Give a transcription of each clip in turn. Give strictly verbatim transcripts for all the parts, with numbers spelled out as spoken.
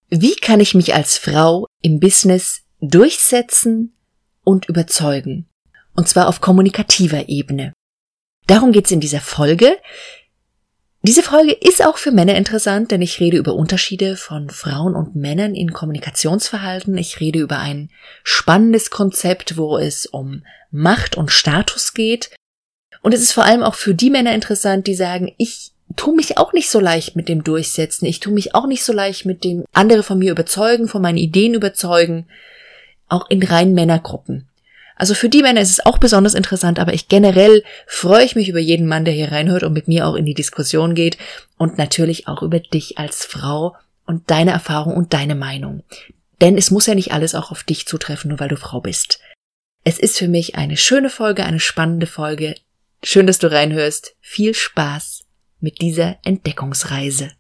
Wie kann ich mich als Frau im Business durchsetzen und überzeugen? Und zwar auf kommunikativer Ebene. Darum geht's in dieser Folge. Diese Folge ist auch für Männer interessant, denn ich rede über Unterschiede von Frauen und Männern in Kommunikationsverhalten. Ich rede über ein spannendes Konzept, wo es um Macht und Status geht. Und es ist vor allem auch für die Männer interessant, die sagen, ich tue mich auch nicht so leicht mit dem Durchsetzen. Ich tue mich auch nicht so leicht mit dem andere von mir überzeugen, von meinen Ideen überzeugen, auch in reinen Männergruppen. Also für die Männer ist es auch besonders interessant, aber ich generell freue ich mich über jeden Mann, der hier reinhört und mit mir auch in die Diskussion geht und natürlich auch über dich als Frau und deine Erfahrung und deine Meinung. Denn es muss ja nicht alles auch auf dich zutreffen, nur weil du Frau bist. Es ist für mich eine schöne Folge, eine spannende Folge. Schön, dass du reinhörst. Viel Spaß mit dieser Entdeckungsreise.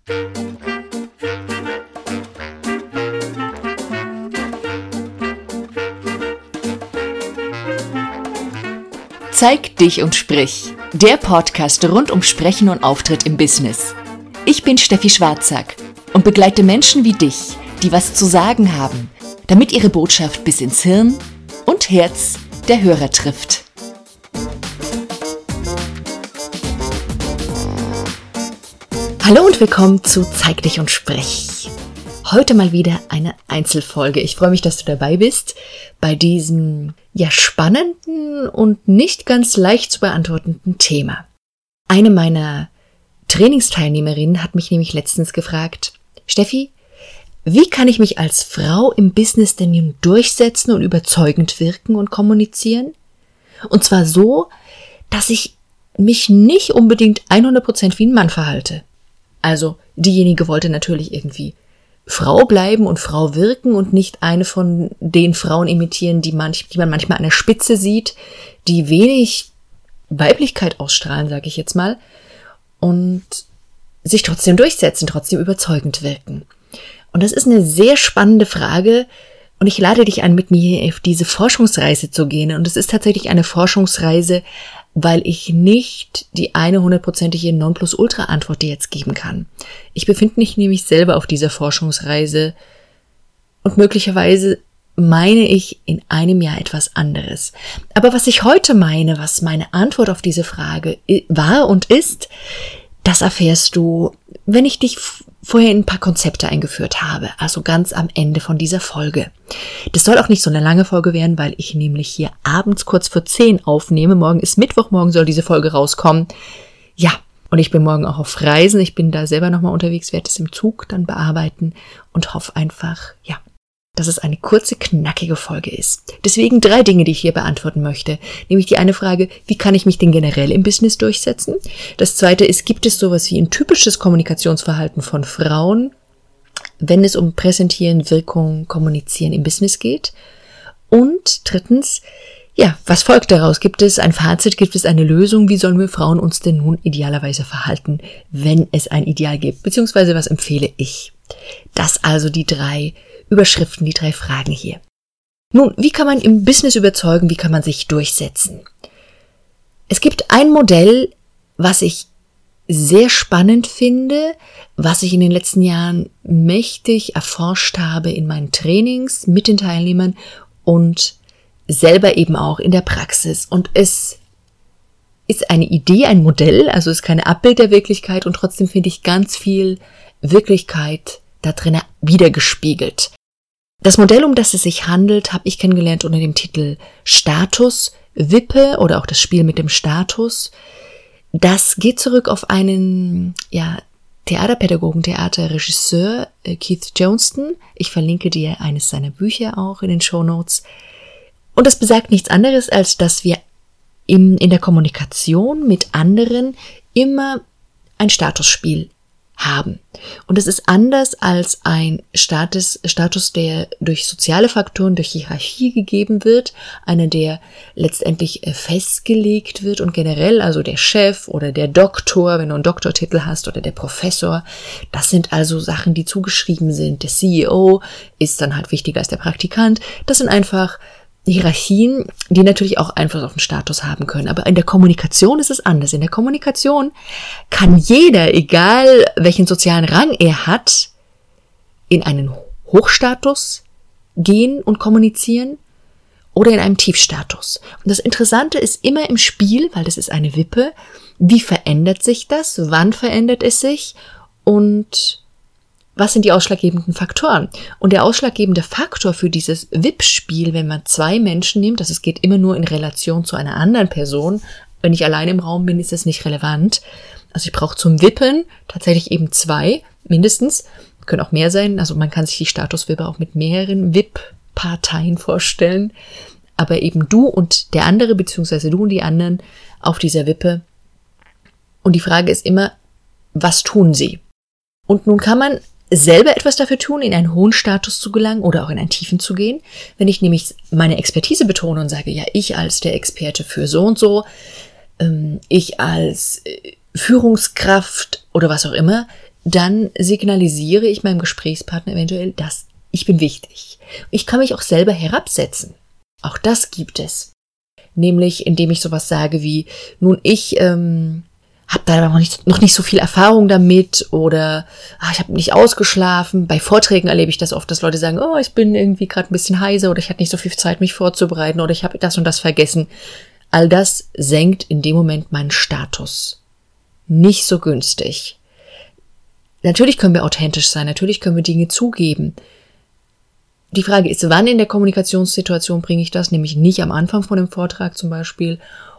Zeig dich und sprich. Der Podcast rund um Sprechen und Auftritt im Business. Ich bin Steffi Schwarzack und begleite Menschen wie dich, die was zu sagen haben, damit ihre Botschaft bis ins Hirn und Herz der Hörer trifft. Hallo und willkommen zu Zeig dich und sprich. Heute mal wieder eine Einzelfolge. Ich freue mich, dass du dabei bist bei diesem ja spannenden und nicht ganz leicht zu beantwortenden Thema. Eine meiner Trainingsteilnehmerinnen hat mich nämlich letztens gefragt, Steffi, wie kann ich mich als Frau im Business denn nun durchsetzen und überzeugend wirken und kommunizieren? Und zwar so, dass ich mich nicht unbedingt hundert Prozent wie ein Mann verhalte. Also diejenige wollte natürlich irgendwie Frau bleiben und Frau wirken und nicht eine von den Frauen imitieren, die, manch, die man manchmal an der Spitze sieht, die wenig Weiblichkeit ausstrahlen, sage ich jetzt mal, und sich trotzdem durchsetzen, trotzdem überzeugend wirken. Und das ist eine sehr spannende Frage und ich lade dich ein, mit mir auf diese Forschungsreise zu gehen. Und es ist tatsächlich eine Forschungsreise, weil ich nicht die eine hundertprozentige Nonplusultra-Antwort dir jetzt geben kann. Ich befinde mich nämlich selber auf dieser Forschungsreise und möglicherweise meine ich in einem Jahr etwas anderes. Aber was ich heute meine, was meine Antwort auf diese Frage war und ist, das erfährst du, wenn ich dich vorher in ein paar Konzepte eingeführt habe, also ganz am Ende von dieser Folge. Das soll auch nicht so eine lange Folge werden, weil ich nämlich hier abends kurz vor zehn aufnehme. Morgen ist Mittwoch, morgen soll diese Folge rauskommen. Ja, und ich bin morgen auch auf Reisen. Ich bin da selber nochmal unterwegs, werde es im Zug dann bearbeiten und hoffe einfach, ja, dass es eine kurze, knackige Folge ist. Deswegen drei Dinge, die ich hier beantworten möchte. Nämlich die eine Frage, wie kann ich mich denn generell im Business durchsetzen? Das zweite ist, gibt es sowas wie ein typisches Kommunikationsverhalten von Frauen, wenn es um Präsentieren, Wirkung, Kommunizieren im Business geht? Und drittens, ja, was folgt daraus? Gibt es ein Fazit? Gibt es eine Lösung? Wie sollen wir Frauen uns denn nun idealerweise verhalten, wenn es ein Ideal gibt? Beziehungsweise was empfehle ich? Das also die drei Überschriften, die drei Fragen hier. Nun, wie kann man im Business überzeugen? Wie kann man sich durchsetzen? Es gibt ein Modell, was ich sehr spannend finde, was ich in den letzten Jahren mächtig erforscht habe in meinen Trainings mit den Teilnehmern und selber eben auch in der Praxis. Und es ist eine Idee, ein Modell, also es ist keine Abbild der Wirklichkeit und trotzdem finde ich ganz viel Wirklichkeit da drin wiedergespiegelt. Das Modell, um das es sich handelt, habe ich kennengelernt unter dem Titel Statuswippe oder auch das Spiel mit dem Status. Das geht zurück auf einen ja, Theaterpädagogen, Theaterregisseur, äh, Keith Joneston. Ich verlinke dir eines seiner Bücher auch in den Shownotes. Und das besagt nichts anderes, als dass wir in, in der Kommunikation mit anderen immer ein Statusspiel haben. Und es ist anders als ein Status, Status, der durch soziale Faktoren, durch Hierarchie gegeben wird, einer, der letztendlich festgelegt wird und generell, also der Chef oder der Doktor, wenn du einen Doktortitel hast, oder der Professor, das sind also Sachen, die zugeschrieben sind. Der C E O ist dann halt wichtiger als der Praktikant. Das sind einfach Hierarchien, die natürlich auch Einfluss auf den Status haben können. Aber in der Kommunikation ist es anders. In der Kommunikation kann jeder, egal welchen sozialen Rang er hat, in einen Hochstatus gehen und kommunizieren oder in einem Tiefstatus. Und das Interessante ist immer im Spiel, weil das ist eine Wippe, wie verändert sich das, wann verändert es sich und was sind die ausschlaggebenden Faktoren? Und der ausschlaggebende Faktor für dieses W I P-Spiel, wenn man zwei Menschen nimmt, das es geht immer nur in Relation zu einer anderen Person, wenn ich allein im Raum bin, ist das nicht relevant. Also ich brauche zum Wippen tatsächlich eben zwei, mindestens, können auch mehr sein, also man kann sich die Statuswippe auch mit mehreren W I P-Parteien vorstellen, aber eben du und der andere, beziehungsweise du und die anderen auf dieser Wippe. Und die Frage ist immer, was tun sie? Und nun kann man selber etwas dafür tun, in einen hohen Status zu gelangen oder auch in einen tiefen zu gehen. Wenn ich nämlich meine Expertise betone und sage, ja, ich als der Experte für so und so, ähm, ich als äh, Führungskraft oder was auch immer, dann signalisiere ich meinem Gesprächspartner eventuell, dass ich bin wichtig. Ich kann mich auch selber herabsetzen. Auch das gibt es. Nämlich, indem ich sowas sage wie, nun, ich ähm, habe da noch nicht, noch nicht so viel Erfahrung damit oder ach, ich habe nicht ausgeschlafen. Bei Vorträgen erlebe ich das oft, dass Leute sagen, oh, ich bin irgendwie gerade ein bisschen heiser oder ich hatte nicht so viel Zeit, mich vorzubereiten oder ich habe das und das vergessen. All das senkt in dem Moment meinen Status. Nicht so günstig. Natürlich können wir authentisch sein, natürlich können wir Dinge zugeben. Die Frage ist, wann in der Kommunikationssituation bringe ich das, nämlich nicht am Anfang von dem Vortrag zum Beispiel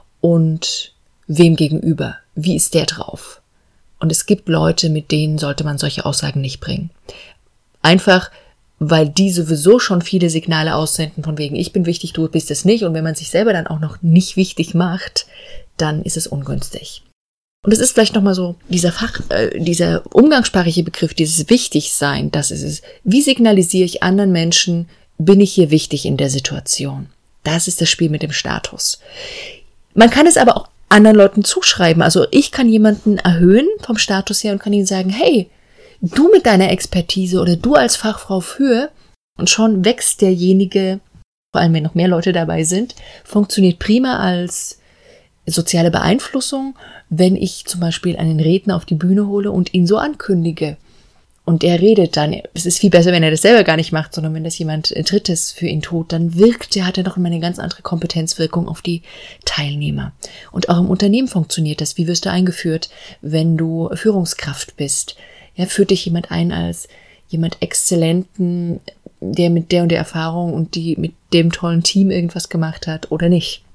und wem gegenüber? Wie ist der drauf? Und es gibt Leute, mit denen sollte man solche Aussagen nicht bringen. Einfach, weil die sowieso schon viele Signale aussenden von wegen, ich bin wichtig, du bist es nicht. Und wenn man sich selber dann auch noch nicht wichtig macht, dann ist es ungünstig. Und es ist vielleicht nochmal so dieser Fach, äh, dieser umgangssprachliche Begriff, dieses Wichtigsein, das ist es. Wie signalisiere ich anderen Menschen, bin ich hier wichtig in der Situation? Das ist das Spiel mit dem Status. Man kann es aber auch anderen Leuten zuschreiben. Also ich kann jemanden erhöhen vom Status her und kann ihnen sagen, hey, du mit deiner Expertise oder du als Fachfrau für, und schon wächst derjenige, vor allem wenn noch mehr Leute dabei sind, funktioniert prima als soziale Beeinflussung, wenn ich zum Beispiel einen Redner auf die Bühne hole und ihn so ankündige. Und er redet dann, es ist viel besser, wenn er das selber gar nicht macht, sondern wenn das jemand Drittes für ihn tut, dann wirkt er, hat er noch immer eine ganz andere Kompetenzwirkung auf die Teilnehmer. Und auch im Unternehmen funktioniert das. Wie wirst du eingeführt, wenn du Führungskraft bist? Ja, führt dich jemand ein als jemand Exzellenten, der mit der und der Erfahrung und die mit dem tollen Team irgendwas gemacht hat oder nicht?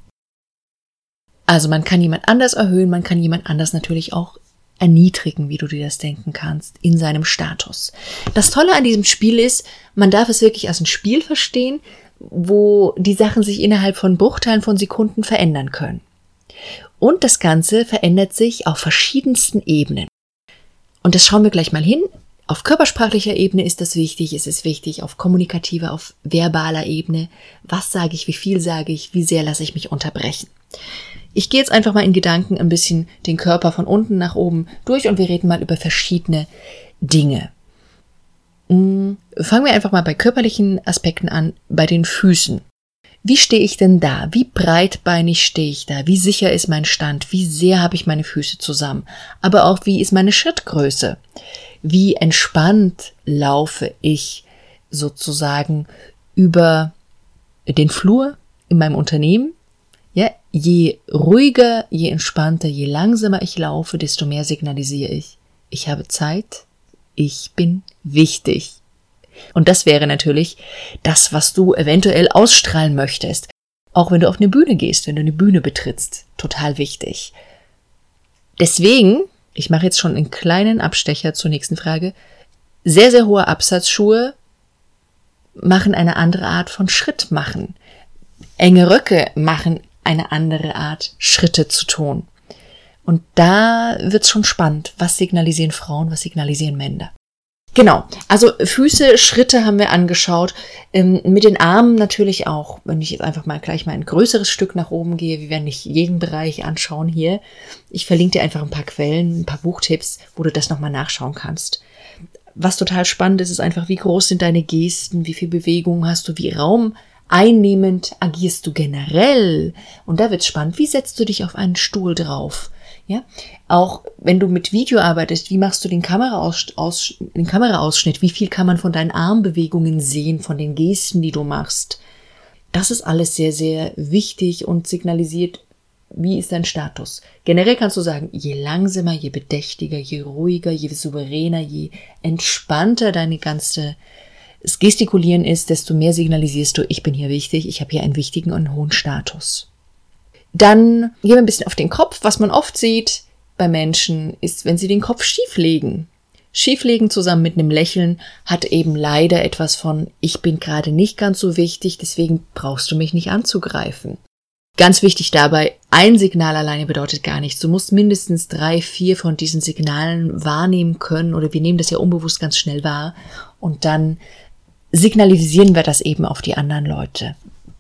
Also man kann jemand anders erhöhen, man kann jemand anders natürlich auch erniedrigen, wie du dir das denken kannst, in seinem Status. Das Tolle an diesem Spiel ist, man darf es wirklich als ein Spiel verstehen, wo die Sachen sich innerhalb von Bruchteilen von Sekunden verändern können. Und das Ganze verändert sich auf verschiedensten Ebenen. Und das schauen wir gleich mal hin. Auf körpersprachlicher Ebene ist das wichtig, es ist wichtig, auf kommunikativer, auf verbaler Ebene. Was sage ich, wie viel sage ich, wie sehr lasse ich mich unterbrechen? Ich gehe jetzt einfach mal in Gedanken ein bisschen den Körper von unten nach oben durch und wir reden mal über verschiedene Dinge. Fangen wir einfach mal bei körperlichen Aspekten an, bei den Füßen. Wie stehe ich denn da? Wie breitbeinig stehe ich da? Wie sicher ist mein Stand? Wie sehr habe ich meine Füße zusammen? Aber auch, wie ist meine Schrittgröße? Wie entspannt laufe ich sozusagen über den Flur in meinem Unternehmen? Ja, je ruhiger, je entspannter, je langsamer ich laufe, desto mehr signalisiere ich, ich habe Zeit, ich bin wichtig. Und das wäre natürlich das, was du eventuell ausstrahlen möchtest. Auch wenn du auf eine Bühne gehst, wenn du eine Bühne betrittst. Total wichtig. Deswegen, ich mache jetzt schon einen kleinen Abstecher zur nächsten Frage, sehr, sehr hohe Absatzschuhe machen eine andere Art von Schritt machen. Enge Röcke machen eine andere Art, Schritte zu tun. Und da wird's schon spannend. Was signalisieren Frauen, was signalisieren Männer? Genau, also Füße, Schritte haben wir angeschaut. Ähm, mit den Armen natürlich auch. Wenn ich jetzt einfach mal gleich mal ein größeres Stück nach oben gehe, wir werden nicht jeden Bereich anschauen hier. Ich verlinke dir einfach ein paar Quellen, ein paar Buchtipps, wo du das nochmal nachschauen kannst. Was total spannend ist, ist einfach, wie groß sind deine Gesten, wie viel Bewegung hast du, wie Raum einnehmend agierst du generell? Und da wird's spannend. Wie setzt du dich auf einen Stuhl drauf? Ja, auch wenn du mit Video arbeitest, wie machst du den Kameraaus- aus- den Kameraausschnitt? Wie viel kann man von deinen Armbewegungen sehen, von den Gesten, die du machst? Das ist alles sehr, sehr wichtig und signalisiert, wie ist dein Status. Generell kannst du sagen, je langsamer, je bedächtiger, je ruhiger, je souveräner, je entspannter deine ganze das Gestikulieren ist, desto mehr signalisierst du, ich bin hier wichtig, ich habe hier einen wichtigen und hohen Status. Dann gehen wir ein bisschen auf den Kopf. Was man oft sieht bei Menschen ist, wenn sie den Kopf schief legen. Schieflegen zusammen mit einem Lächeln hat eben leider etwas von, ich bin gerade nicht ganz so wichtig, deswegen brauchst du mich nicht anzugreifen. Ganz wichtig dabei, ein Signal alleine bedeutet gar nichts. Du musst mindestens drei, vier von diesen Signalen wahrnehmen können oder wir nehmen das ja unbewusst ganz schnell wahr und dann signalisieren wir das eben auf die anderen Leute.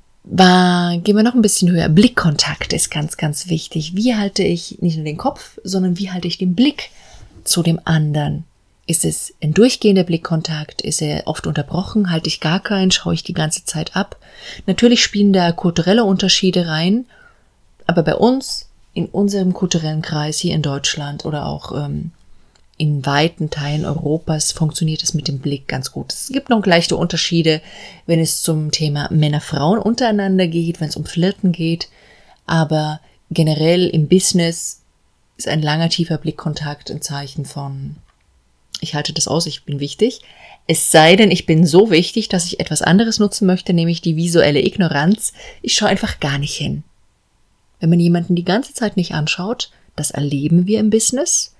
War, gehen wir noch ein bisschen höher. Blickkontakt ist ganz, ganz wichtig. Wie halte ich nicht nur den Kopf, sondern wie halte ich den Blick zu dem anderen? Ist es ein durchgehender Blickkontakt? Ist er oft unterbrochen? Halte ich gar keinen? Schaue ich die ganze Zeit ab? Natürlich spielen da kulturelle Unterschiede rein, aber bei uns, in unserem kulturellen Kreis hier in Deutschland oder auch ähm, in weiten Teilen Europas funktioniert es mit dem Blick ganz gut. Es gibt noch leichte Unterschiede, wenn es zum Thema Männer-Frauen untereinander geht, wenn es um Flirten geht. Aber generell im Business ist ein langer, tiefer Blickkontakt ein Zeichen von, ich halte das aus, ich bin wichtig. Es sei denn, ich bin so wichtig, dass ich etwas anderes nutzen möchte, nämlich die visuelle Ignoranz. Ich schaue einfach gar nicht hin. Wenn man jemanden die ganze Zeit nicht anschaut, das erleben wir im Business,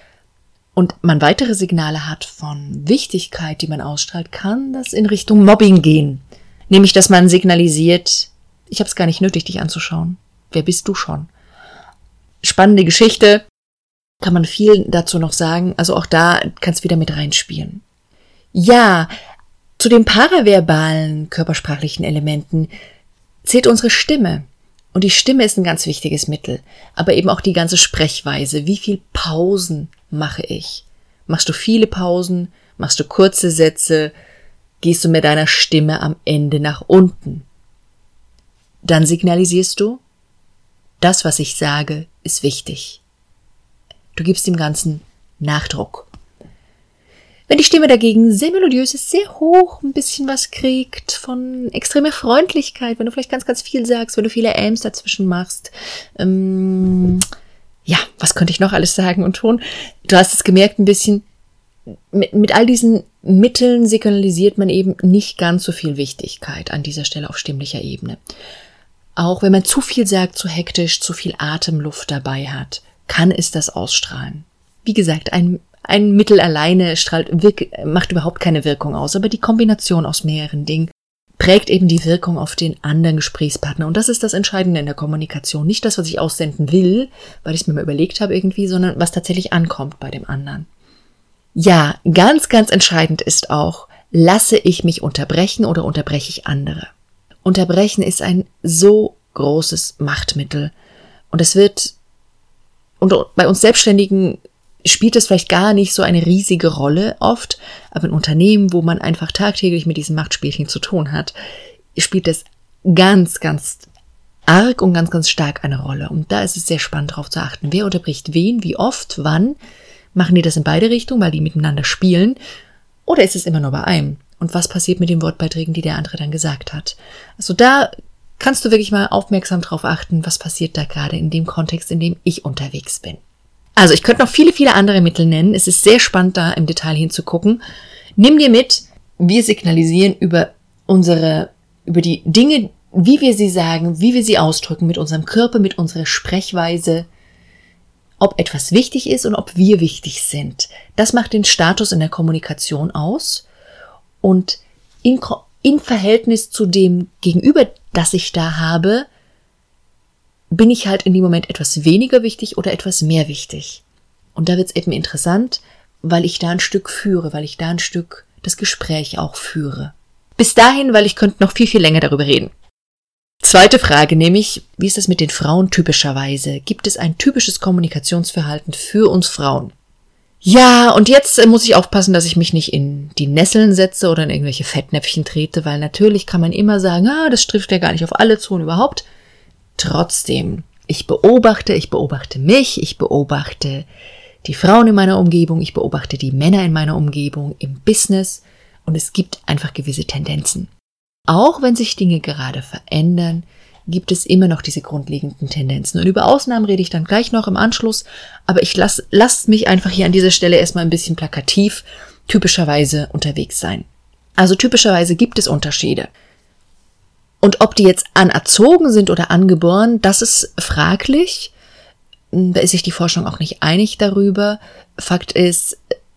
und man weitere Signale hat von Wichtigkeit, die man ausstrahlt, kann das in Richtung Mobbing gehen. Nämlich, dass man signalisiert, ich habe es gar nicht nötig, dich anzuschauen. Wer bist du schon? Spannende Geschichte, kann man viel dazu noch sagen. Also auch da kannst du wieder mit reinspielen. Ja, zu den paraverbalen körpersprachlichen Elementen zählt unsere Stimme. Und die Stimme ist ein ganz wichtiges Mittel, aber eben auch die ganze Sprechweise. Wie viel Pausen mache ich? Machst du viele Pausen? Machst du kurze Sätze? Gehst du mit deiner Stimme am Ende nach unten? Dann signalisierst du, das, was ich sage, ist wichtig. Du gibst dem Ganzen Nachdruck. Wenn die Stimme dagegen sehr melodiös ist, sehr hoch, ein bisschen was kriegt von extremer Freundlichkeit, wenn du vielleicht ganz, ganz viel sagst, wenn du viele Äms dazwischen machst, ähm, ja, was könnte ich noch alles sagen und tun? Du hast es gemerkt, ein bisschen, mit, mit all diesen Mitteln signalisiert man eben nicht ganz so viel Wichtigkeit an dieser Stelle auf stimmlicher Ebene. Auch wenn man zu viel sagt, zu hektisch, zu viel Atemluft dabei hat, kann es das ausstrahlen. Wie gesagt, ein Ein Mittel alleine strahlt, wirk, macht überhaupt keine Wirkung aus, aber die Kombination aus mehreren Dingen prägt eben die Wirkung auf den anderen Gesprächspartner. Und das ist das Entscheidende in der Kommunikation. Nicht das, was ich aussenden will, weil ich es mir mal überlegt habe irgendwie, sondern was tatsächlich ankommt bei dem anderen. Ja, ganz, ganz entscheidend ist auch, lasse ich mich unterbrechen oder unterbreche ich andere? Unterbrechen ist ein so großes Machtmittel. Und es wird, und bei uns Selbstständigen spielt es vielleicht gar nicht so eine riesige Rolle oft, aber in Unternehmen, wo man einfach tagtäglich mit diesen Machtspielchen zu tun hat, spielt es ganz, ganz arg und ganz, ganz stark eine Rolle. Und da ist es sehr spannend darauf zu achten, wer unterbricht wen, wie oft, wann. Machen die das in beide Richtungen, weil die miteinander spielen? Oder ist es immer nur bei einem? Und was passiert mit den Wortbeiträgen, die der andere dann gesagt hat? Also da kannst du wirklich mal aufmerksam drauf achten, was passiert da gerade in dem Kontext, in dem ich unterwegs bin. Also ich könnte noch viele, viele andere Mittel nennen. Es ist sehr spannend, da im Detail hinzugucken. Nimm dir mit, wir signalisieren über unsere, über die Dinge, wie wir sie sagen, wie wir sie ausdrücken, mit unserem Körper, mit unserer Sprechweise, ob etwas wichtig ist und ob wir wichtig sind. Das macht den Status in der Kommunikation aus. Und in, in Verhältnis zu dem Gegenüber, das ich da habe, bin ich halt in dem Moment etwas weniger wichtig oder etwas mehr wichtig. Und da wird es eben interessant, weil ich da ein Stück führe, weil ich da ein Stück das Gespräch auch führe. Bis dahin, weil ich könnte noch viel, viel länger darüber reden. Zweite Frage, nämlich, wie ist das mit den Frauen typischerweise? Gibt es ein typisches Kommunikationsverhalten für uns Frauen? Ja, und jetzt muss ich aufpassen, dass ich mich nicht in die Nesseln setze oder in irgendwelche Fettnäpfchen trete, weil natürlich kann man immer sagen, ah, das trifft ja gar nicht auf alle zu und überhaupt. Trotzdem Ich beobachte, ich beobachte mich, ich beobachte die Frauen in meiner Umgebung, ich beobachte die Männer in meiner Umgebung, im Business und es gibt einfach gewisse Tendenzen. Auch wenn sich Dinge gerade verändern, gibt es immer noch diese grundlegenden Tendenzen. Und über Ausnahmen rede ich dann gleich noch im Anschluss, aber ich lasse lasst mich einfach hier an dieser Stelle erstmal ein bisschen plakativ typischerweise unterwegs sein. Also typischerweise gibt es Unterschiede. Und ob die jetzt anerzogen sind oder angeboren, das ist fraglich. Da ist sich die Forschung auch nicht einig darüber. Fakt ist,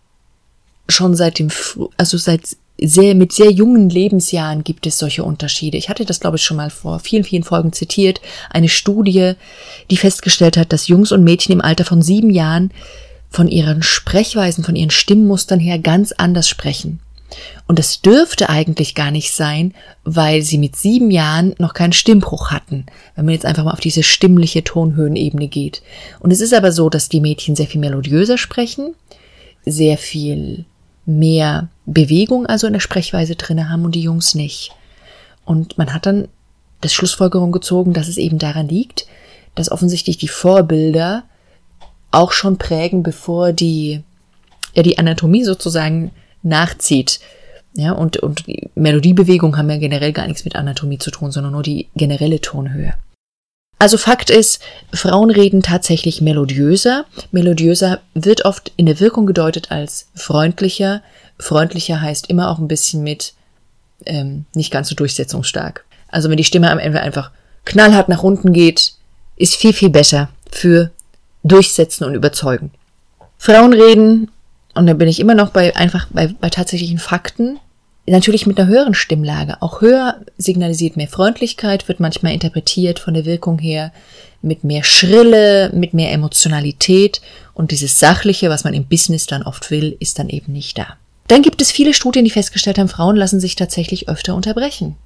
schon seit dem, also seit sehr, mit sehr jungen Lebensjahren gibt es solche Unterschiede. Ich hatte das, glaube ich, schon mal vor vielen, vielen Folgen zitiert. Eine Studie, die festgestellt hat, dass Jungs und Mädchen im Alter von sieben Jahren von ihren Sprechweisen, von ihren Stimmmustern her ganz anders sprechen. Und das dürfte eigentlich gar nicht sein, weil sie mit sieben Jahren noch keinen Stimmbruch hatten, wenn man jetzt einfach mal auf diese stimmliche Tonhöhenebene geht. Und es ist aber so, dass die Mädchen sehr viel melodiöser sprechen, sehr viel mehr Bewegung also in der Sprechweise drinne haben und die Jungs nicht. Und man hat dann das Schlussfolgerung gezogen, dass es eben daran liegt, dass offensichtlich die Vorbilder auch schon prägen, bevor die, ja, die Anatomie sozusagen nachzieht. Ja, und, und die Melodiebewegungen haben ja generell gar nichts mit Anatomie zu tun, sondern nur die generelle Tonhöhe. Also Fakt ist, Frauen reden tatsächlich melodiöser. Melodiöser wird oft in der Wirkung gedeutet als freundlicher. Freundlicher heißt immer auch ein bisschen mit ähm, nicht ganz so durchsetzungsstark. Also wenn die Stimme am Ende einfach knallhart nach unten geht, ist viel, viel besser für Durchsetzen und Überzeugen. Frauen reden, und da bin ich immer noch bei einfach bei, bei tatsächlichen Fakten, natürlich mit einer höheren Stimmlage. Auch höher signalisiert mehr Freundlichkeit, wird manchmal interpretiert von der Wirkung her mit mehr Schrille, mit mehr Emotionalität und dieses Sachliche, was man im Business dann oft will, ist dann eben nicht da. Dann gibt es viele Studien, die festgestellt haben, Frauen lassen sich tatsächlich öfter unterbrechen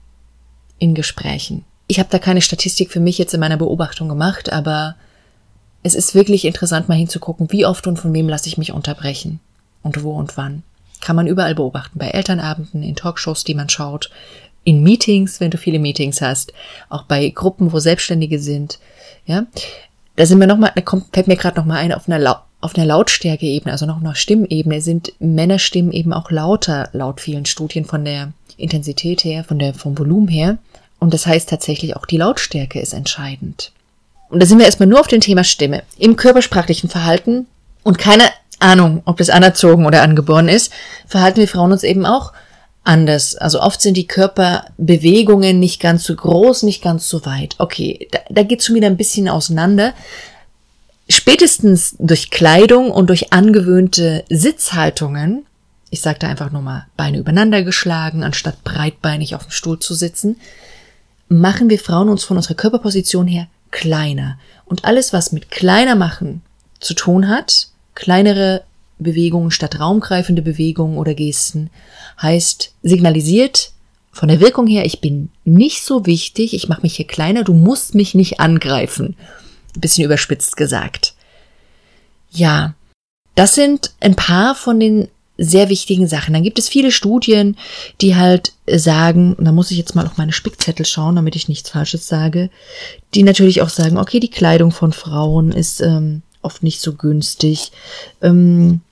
in Gesprächen. Ich habe da keine Statistik für mich jetzt in meiner Beobachtung gemacht, aber es ist wirklich interessant, mal hinzugucken, wie oft und von wem lasse ich mich unterbrechen und wo und wann. Kann man überall beobachten, bei Elternabenden, in Talkshows, die man schaut, in Meetings, wenn du viele Meetings hast, auch bei Gruppen, wo Selbstständige sind. Ja, da sind wir noch mal, da kommt, fällt mir gerade noch mal ein, auf einer La- auf einer Lautstärke-Ebene, also noch einer Stimmebene, sind Männerstimmen eben auch lauter, laut vielen Studien von der Intensität her, von der vom Volumen her. Und das heißt tatsächlich auch die Lautstärke ist entscheidend. Und da sind wir erstmal nur auf dem Thema Stimme. Im körpersprachlichen Verhalten und keine Ahnung, ob das anerzogen oder angeboren ist, verhalten wir Frauen uns eben auch anders. Also oft sind die Körperbewegungen nicht ganz so groß, nicht ganz so weit. Okay, da, da geht es schon wieder ein bisschen auseinander. Spätestens durch Kleidung und durch angewöhnte Sitzhaltungen, ich sage da einfach nur mal Beine übereinander geschlagen, anstatt breitbeinig auf dem Stuhl zu sitzen, machen wir Frauen uns von unserer Körperposition her kleiner. Und alles, was mit kleiner machen zu tun hat, kleinere Bewegungen statt raumgreifende Bewegungen oder Gesten, heißt, signalisiert von der Wirkung her, ich bin nicht so wichtig, ich mache mich hier kleiner, du musst mich nicht angreifen. Ein bisschen überspitzt gesagt. Ja, das sind ein paar von den sehr wichtigen Sachen. Dann gibt es viele Studien, die halt sagen, und da muss ich jetzt mal auf meine Spickzettel schauen, damit ich nichts Falsches sage, die natürlich auch sagen, okay, die Kleidung von Frauen ist ähm, oft nicht so günstig. Ähm,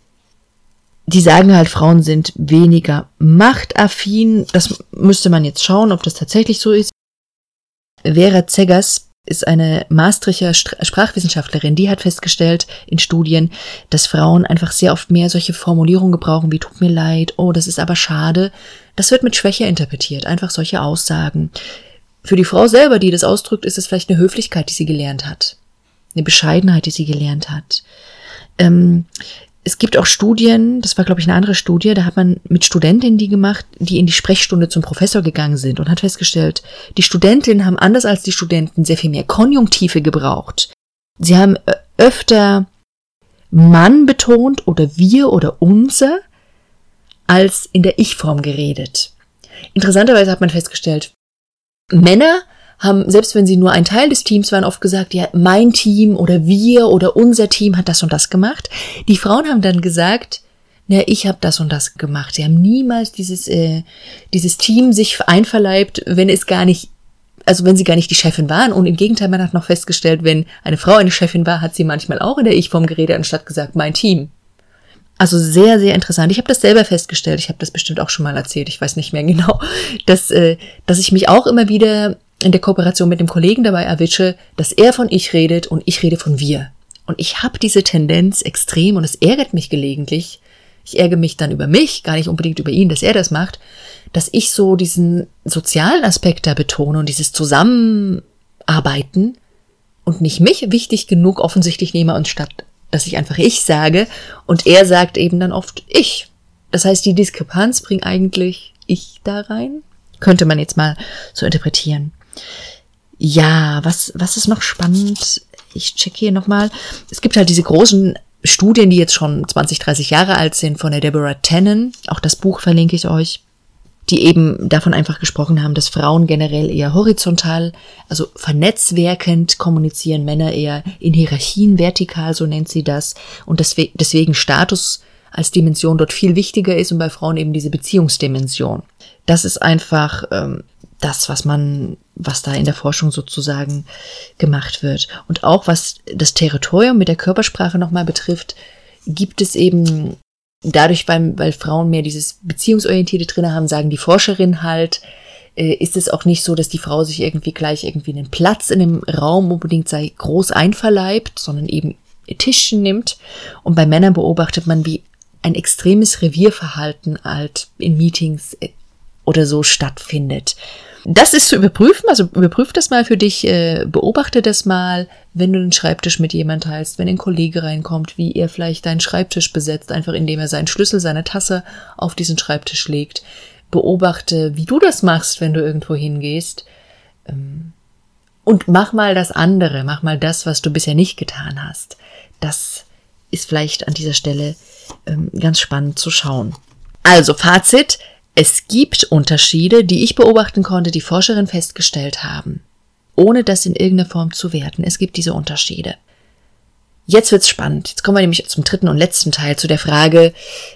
die sagen halt, Frauen sind weniger machtaffin. Das müsste man jetzt schauen, ob das tatsächlich so ist. Vera Zeggers ist eine Maastrichter Sprachwissenschaftlerin, die hat festgestellt in Studien, dass Frauen einfach sehr oft mehr solche Formulierungen gebrauchen wie tut mir leid, oh, das ist aber schade. Das wird mit Schwäche interpretiert, einfach solche Aussagen. Für die Frau selber, die das ausdrückt, ist es vielleicht eine Höflichkeit, die sie gelernt hat. Eine Bescheidenheit, die sie gelernt hat. Ähm, es gibt auch Studien, das war glaube ich eine andere Studie, da hat man mit Studentinnen die gemacht, die in die Sprechstunde zum Professor gegangen sind und hat festgestellt, die Studentinnen haben anders als die Studenten sehr viel mehr Konjunktive gebraucht. Sie haben öfter Mann betont oder wir oder unser als in der Ich-Form geredet. Interessanterweise hat man festgestellt, Männer haben, selbst wenn sie nur ein Teil des Teams waren, oft gesagt, ja, mein Team oder wir oder unser Team hat das und das gemacht. Die Frauen haben dann gesagt, na, ich habe das und das gemacht. Sie haben niemals dieses äh, dieses Team sich einverleibt, wenn es gar nicht also wenn sie gar nicht die Chefin waren. Und im Gegenteil, man hat noch festgestellt, wenn eine Frau eine Chefin war, hat sie manchmal auch in der Ich-Form geredet, anstatt gesagt, mein Team. Also sehr, sehr interessant. Ich habe das selber festgestellt. Ich habe das bestimmt auch schon mal erzählt. Ich weiß nicht mehr genau, dass, äh, dass ich mich auch immer wieder in der Kooperation mit dem Kollegen dabei erwische, dass er von ich redet und ich rede von wir. Und ich habe diese Tendenz extrem und es ärgert mich gelegentlich. Ich ärgere mich dann über mich, gar nicht unbedingt über ihn, dass er das macht, dass ich so diesen sozialen Aspekt da betone und dieses Zusammenarbeiten und nicht mich wichtig genug offensichtlich nehme, anstatt dass ich einfach ich sage und er sagt eben dann oft ich. Das heißt, die Diskrepanz bringt eigentlich ich da rein. Könnte man jetzt mal so interpretieren. Ja, was, was ist noch spannend? Ich check hier nochmal. Es gibt halt diese großen Studien, die jetzt schon zwanzig, dreißig Jahre alt sind, von der Deborah Tannen. Auch das Buch verlinke ich euch. Die eben davon einfach gesprochen haben, dass Frauen generell eher horizontal, also vernetzwerkend kommunizieren, Männer eher in Hierarchien vertikal, so nennt sie das. Und deswegen Status als Dimension dort viel wichtiger ist und bei Frauen eben diese Beziehungsdimension. Das ist einfach ähm, das, was man, was da in der Forschung sozusagen gemacht wird. Und auch was das Territorium mit der Körpersprache nochmal betrifft, gibt es eben dadurch, weil, weil Frauen mehr dieses Beziehungsorientierte drin haben, sagen die Forscherinnen halt, äh, ist es auch nicht so, dass die Frau sich irgendwie gleich irgendwie einen Platz in dem Raum unbedingt sei groß einverleibt, sondern eben Tischchen nimmt. Und bei Männern beobachtet man, wie ein extremes Revierverhalten halt in Meetings oder so stattfindet. Das ist zu überprüfen, also überprüf das mal für dich, äh, beobachte das mal, wenn du den Schreibtisch mit jemand teilst, wenn ein Kollege reinkommt, wie er vielleicht deinen Schreibtisch besetzt, einfach indem er seinen Schlüssel, seine Tasse auf diesen Schreibtisch legt. Beobachte, wie du das machst, wenn du irgendwo hingehst. Ähm, und mach mal das andere, mach mal das, was du bisher nicht getan hast. Das ist vielleicht an dieser Stelle ähm, ganz spannend zu schauen. Also Fazit. Es gibt Unterschiede, die ich beobachten konnte, die Forscherinnen festgestellt haben, ohne das in irgendeiner Form zu werten. Es gibt diese Unterschiede. Jetzt wird's spannend. Jetzt kommen wir nämlich zum dritten und letzten Teil, zu der Frage,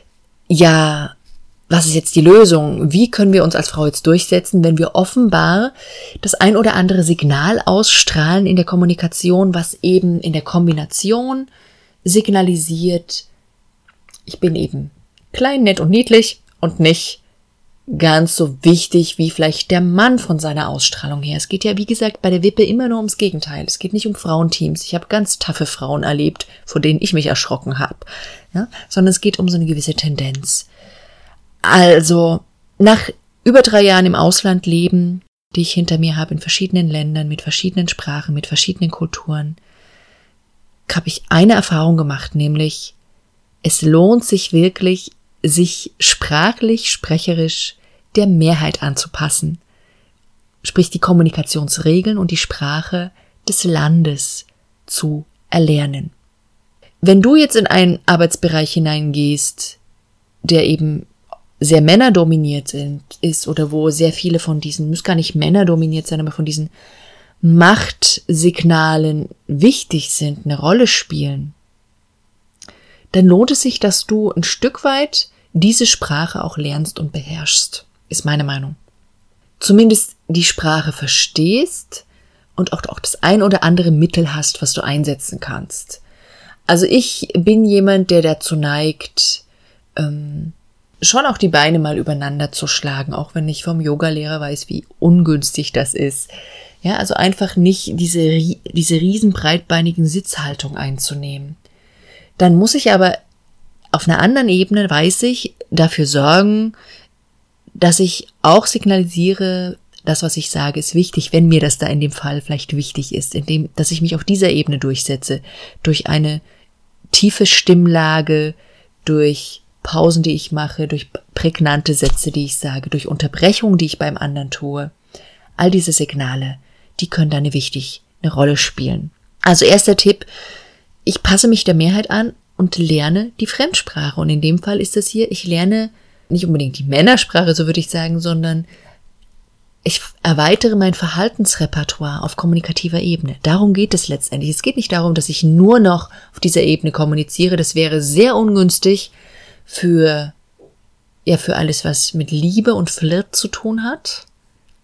ja, was ist jetzt die Lösung? Wie können wir uns als Frau jetzt durchsetzen, wenn wir offenbar das ein oder andere Signal ausstrahlen in der Kommunikation, was eben in der Kombination signalisiert, ich bin eben klein, nett und niedlich und nicht ganz so wichtig wie vielleicht der Mann von seiner Ausstrahlung her. Es geht ja, wie gesagt, bei der Wippe immer nur ums Gegenteil. Es geht nicht um Frauenteams. Ich habe ganz taffe Frauen erlebt, vor denen ich mich erschrocken habe. Ja? Sondern es geht um so eine gewisse Tendenz. Also, nach über drei Jahren im Ausland leben, die ich hinter mir habe, in verschiedenen Ländern, mit verschiedenen Sprachen, mit verschiedenen Kulturen, habe ich eine Erfahrung gemacht, nämlich, es lohnt sich wirklich, sich sprachlich, sprecherisch der Mehrheit anzupassen, sprich die Kommunikationsregeln und die Sprache des Landes zu erlernen. Wenn du jetzt in einen Arbeitsbereich hineingehst, der eben sehr männerdominiert ist oder wo sehr viele von diesen, muss gar nicht männerdominiert sein, aber von diesen Machtsignalen wichtig sind, eine Rolle spielen, dann lohnt es sich, dass du ein Stück weit diese Sprache auch lernst und beherrschst, ist meine Meinung. Zumindest die Sprache verstehst und auch, auch das ein oder andere Mittel hast, was du einsetzen kannst. Also ich bin jemand, der dazu neigt, ähm, schon auch die Beine mal übereinander zu schlagen, auch wenn ich vom Yogalehrer weiß, wie ungünstig das ist. Ja, also einfach nicht diese, diese riesen breitbeinigen Sitzhaltung einzunehmen. Dann muss ich aber auf einer anderen Ebene, weiß ich, dafür sorgen, dass ich auch signalisiere, das, was ich sage, ist wichtig, wenn mir das da in dem Fall vielleicht wichtig ist, indem, dass ich mich auf dieser Ebene durchsetze, durch eine tiefe Stimmlage, durch Pausen, die ich mache, durch prägnante Sätze, die ich sage, durch Unterbrechungen, die ich beim anderen tue. All diese Signale, die können da eine wichtig, eine Rolle spielen. Also erster Tipp, ich passe mich der Mehrheit an und lerne die Fremdsprache. Und in dem Fall ist das hier, ich lerne nicht unbedingt die Männersprache, so würde ich sagen, sondern ich erweitere mein Verhaltensrepertoire auf kommunikativer Ebene. Darum geht es letztendlich. Es geht nicht darum, dass ich nur noch auf dieser Ebene kommuniziere. Das wäre sehr ungünstig für, ja, für alles, was mit Liebe und Flirt zu tun hat.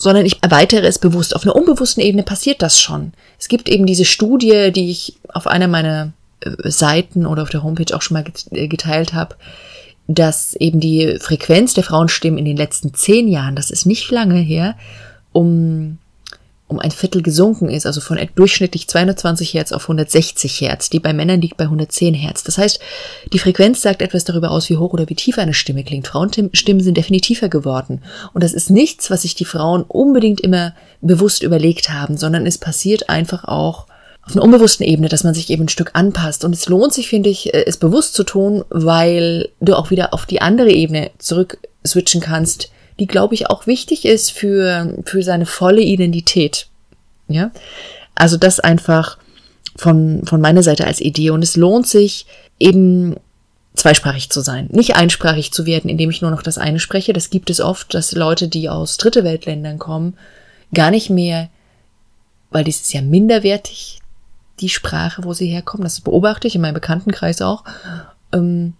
sondern ich erweitere es bewusst. Auf einer unbewussten Ebene passiert das schon. Es gibt eben diese Studie, die ich auf einer meiner Seiten oder auf der Homepage auch schon mal geteilt habe, dass eben die Frequenz der Frauenstimmen in den letzten zehn Jahren, das ist nicht lange her, um, um ein Viertel gesunken ist, also von durchschnittlich zweihundertzwanzig Hertz auf hundertsechzig Hertz. Die bei Männern liegt bei hundertzehn Hertz. Das heißt, die Frequenz sagt etwas darüber aus, wie hoch oder wie tief eine Stimme klingt. Frauenstimmen sind definitiv tiefer geworden. Und das ist nichts, was sich die Frauen unbedingt immer bewusst überlegt haben, sondern es passiert einfach auch auf einer unbewussten Ebene, dass man sich eben ein Stück anpasst. Und es lohnt sich, finde ich, es bewusst zu tun, weil du auch wieder auf die andere Ebene zurück switchen kannst, die, glaube ich, auch wichtig ist für, für seine volle Identität. Ja? Also das einfach von, von meiner Seite als Idee. Und es lohnt sich eben zweisprachig zu sein, nicht einsprachig zu werden, indem ich nur noch das eine spreche. Das gibt es oft, dass Leute, die aus Dritte Weltländern kommen, gar nicht mehr, weil dies ist ja minderwertig, die Sprache, wo sie herkommen. Das beobachte ich in meinem Bekanntenkreis auch. Und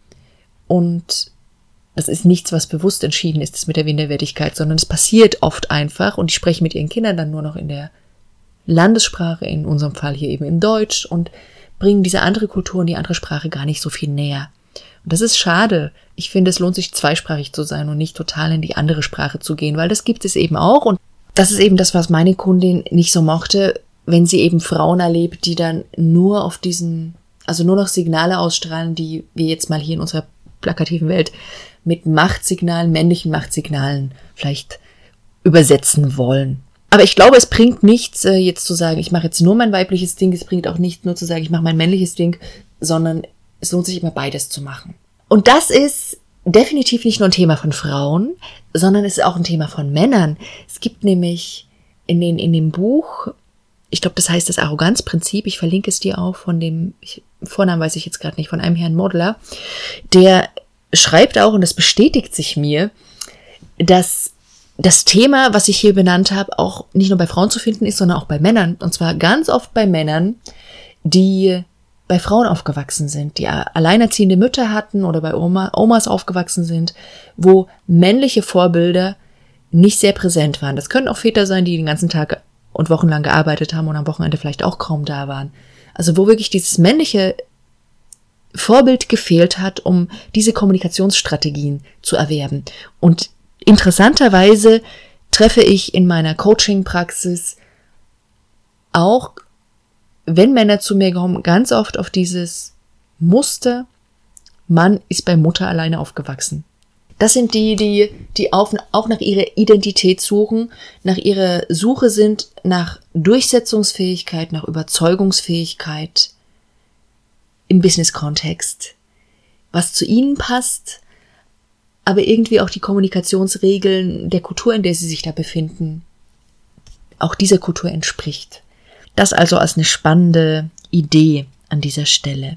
das ist nichts, was bewusst entschieden ist, das mit der Minderwertigkeit, sondern es passiert oft einfach und die sprechen mit ihren Kindern dann nur noch in der Landessprache, in unserem Fall hier eben in Deutsch, und bringen diese andere Kultur und die andere Sprache gar nicht so viel näher. Und das ist schade. Ich finde, es lohnt sich, zweisprachig zu sein und nicht total in die andere Sprache zu gehen, weil das gibt es eben auch. Und das ist eben das, was meine Kundin nicht so mochte, wenn sie eben Frauen erlebt, die dann nur auf diesen, also nur noch Signale ausstrahlen, die wir jetzt mal hier in unserer plakativen Welt mit Machtsignalen, männlichen Machtsignalen vielleicht übersetzen wollen. Aber ich glaube, es bringt nichts, jetzt zu sagen, ich mache jetzt nur mein weibliches Ding, es bringt auch nichts, nur zu sagen, ich mache mein männliches Ding, sondern es lohnt sich immer beides zu machen. Und das ist definitiv nicht nur ein Thema von Frauen, sondern es ist auch ein Thema von Männern. Es gibt nämlich in, den, in dem Buch, ich glaube, das heißt das Arroganzprinzip, ich verlinke es dir auch, von dem, ich, Vornamen weiß ich jetzt gerade nicht, von einem Herrn Modler, der schreibt auch, und das bestätigt sich mir, dass das Thema, was ich hier benannt habe, auch nicht nur bei Frauen zu finden ist, sondern auch bei Männern. Und zwar ganz oft bei Männern, die bei Frauen aufgewachsen sind, die alleinerziehende Mütter hatten oder bei Oma, Omas aufgewachsen sind, wo männliche Vorbilder nicht sehr präsent waren. Das können auch Väter sein, die den ganzen Tag und wochenlang gearbeitet haben und am Wochenende vielleicht auch kaum da waren. Also wo wirklich dieses männliche Vorbild gefehlt hat, um diese Kommunikationsstrategien zu erwerben. Und interessanterweise treffe ich in meiner Coaching-Praxis auch, wenn Männer zu mir kommen, ganz oft auf dieses Muster, Mann ist bei Mutter alleine aufgewachsen. Das sind die, die, die auf, auch nach ihrer Identität suchen, nach ihrer Suche sind nach Durchsetzungsfähigkeit, nach Überzeugungsfähigkeit im Business-Kontext, was zu ihnen passt, aber irgendwie auch die Kommunikationsregeln der Kultur, in der sie sich da befinden, auch dieser Kultur entspricht. Das also als eine spannende Idee an dieser Stelle.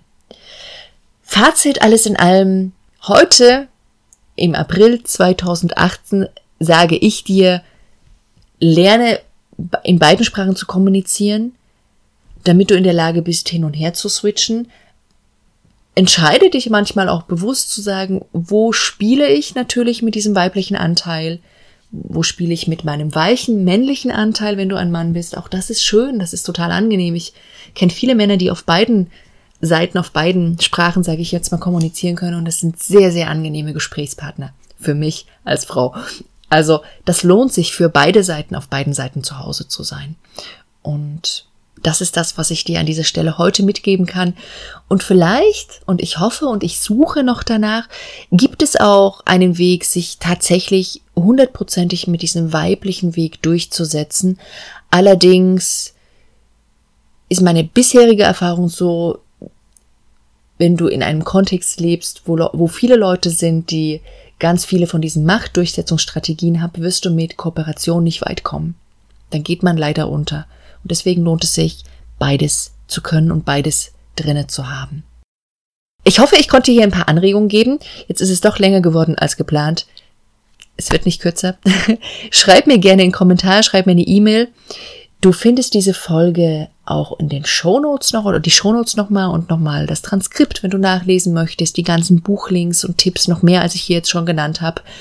Fazit alles in allem, heute im April zweitausendachtzehn sage ich dir, lerne in beiden Sprachen zu kommunizieren, damit du in der Lage bist, hin und her zu switchen. Entscheide dich manchmal auch bewusst zu sagen, wo spiele ich natürlich mit diesem weiblichen Anteil, wo spiele ich mit meinem weichen, männlichen Anteil, wenn du ein Mann bist. Auch das ist schön, das ist total angenehm. Ich kenne viele Männer, die auf beiden Seiten, auf beiden Sprachen, sage ich jetzt mal, kommunizieren können, und das sind sehr, sehr angenehme Gesprächspartner für mich als Frau. Also das lohnt sich für beide Seiten, auf beiden Seiten zu Hause zu sein. Und das ist das, was ich dir an dieser Stelle heute mitgeben kann. Und vielleicht, und ich hoffe und ich suche noch danach, gibt es auch einen Weg, sich tatsächlich hundertprozentig mit diesem weiblichen Weg durchzusetzen. Allerdings ist meine bisherige Erfahrung so, wenn du in einem Kontext lebst, wo, wo viele Leute sind, die ganz viele von diesen Machtdurchsetzungsstrategien haben, wirst du mit Kooperation nicht weit kommen. Dann geht man leider unter. Und deswegen lohnt es sich, beides zu können und beides drinne zu haben. Ich hoffe, ich konnte hier ein paar Anregungen geben. Jetzt ist es doch länger geworden als geplant. Es wird nicht kürzer. Schreib mir gerne einen Kommentar, schreib mir eine E-Mail. Du findest diese Folge auch in den Shownotes noch oder die Shownotes nochmal und nochmal das Transkript, wenn du nachlesen möchtest, die ganzen Buchlinks und Tipps, noch mehr, als ich hier jetzt schon genannt habe.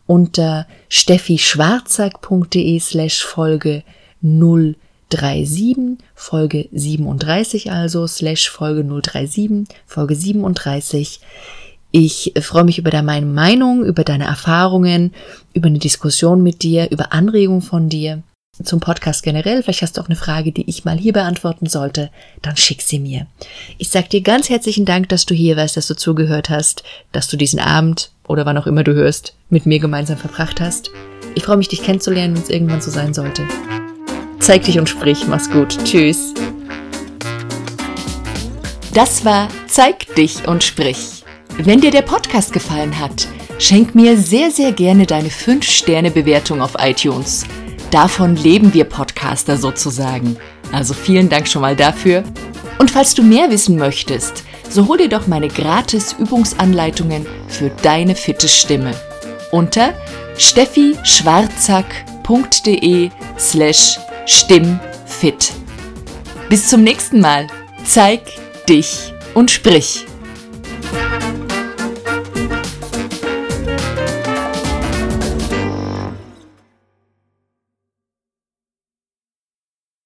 unter steffischwarzack.de slash Folge null drei sieben, Folge siebenunddreißig also, slash Folge null drei sieben, Folge siebenunddreißig. Ich freue mich über deine Meinung, über deine Erfahrungen, über eine Diskussion mit dir, über Anregungen von dir zum Podcast generell. Vielleicht hast du auch eine Frage, die ich mal hier beantworten sollte, dann schick sie mir. Ich sage dir ganz herzlichen Dank, dass du hier warst, dass du zugehört hast, dass du diesen Abend oder wann auch immer du hörst, mit mir gemeinsam verbracht hast. Ich freue mich, dich kennenzulernen, wenn es irgendwann so sein sollte. Zeig dich und sprich, mach's gut. Tschüss. Das war Zeig dich und sprich. Wenn dir der Podcast gefallen hat, schenk mir sehr, sehr gerne deine fünf Sterne Bewertung auf iTunes. Davon leben wir Podcaster sozusagen. Also vielen Dank schon mal dafür. Und falls du mehr wissen möchtest, so hol dir doch meine gratis Übungsanleitungen für deine fitte Stimme unter steffischwarzack.de slash stimmfit. Bis zum nächsten Mal. Zeig dich und sprich.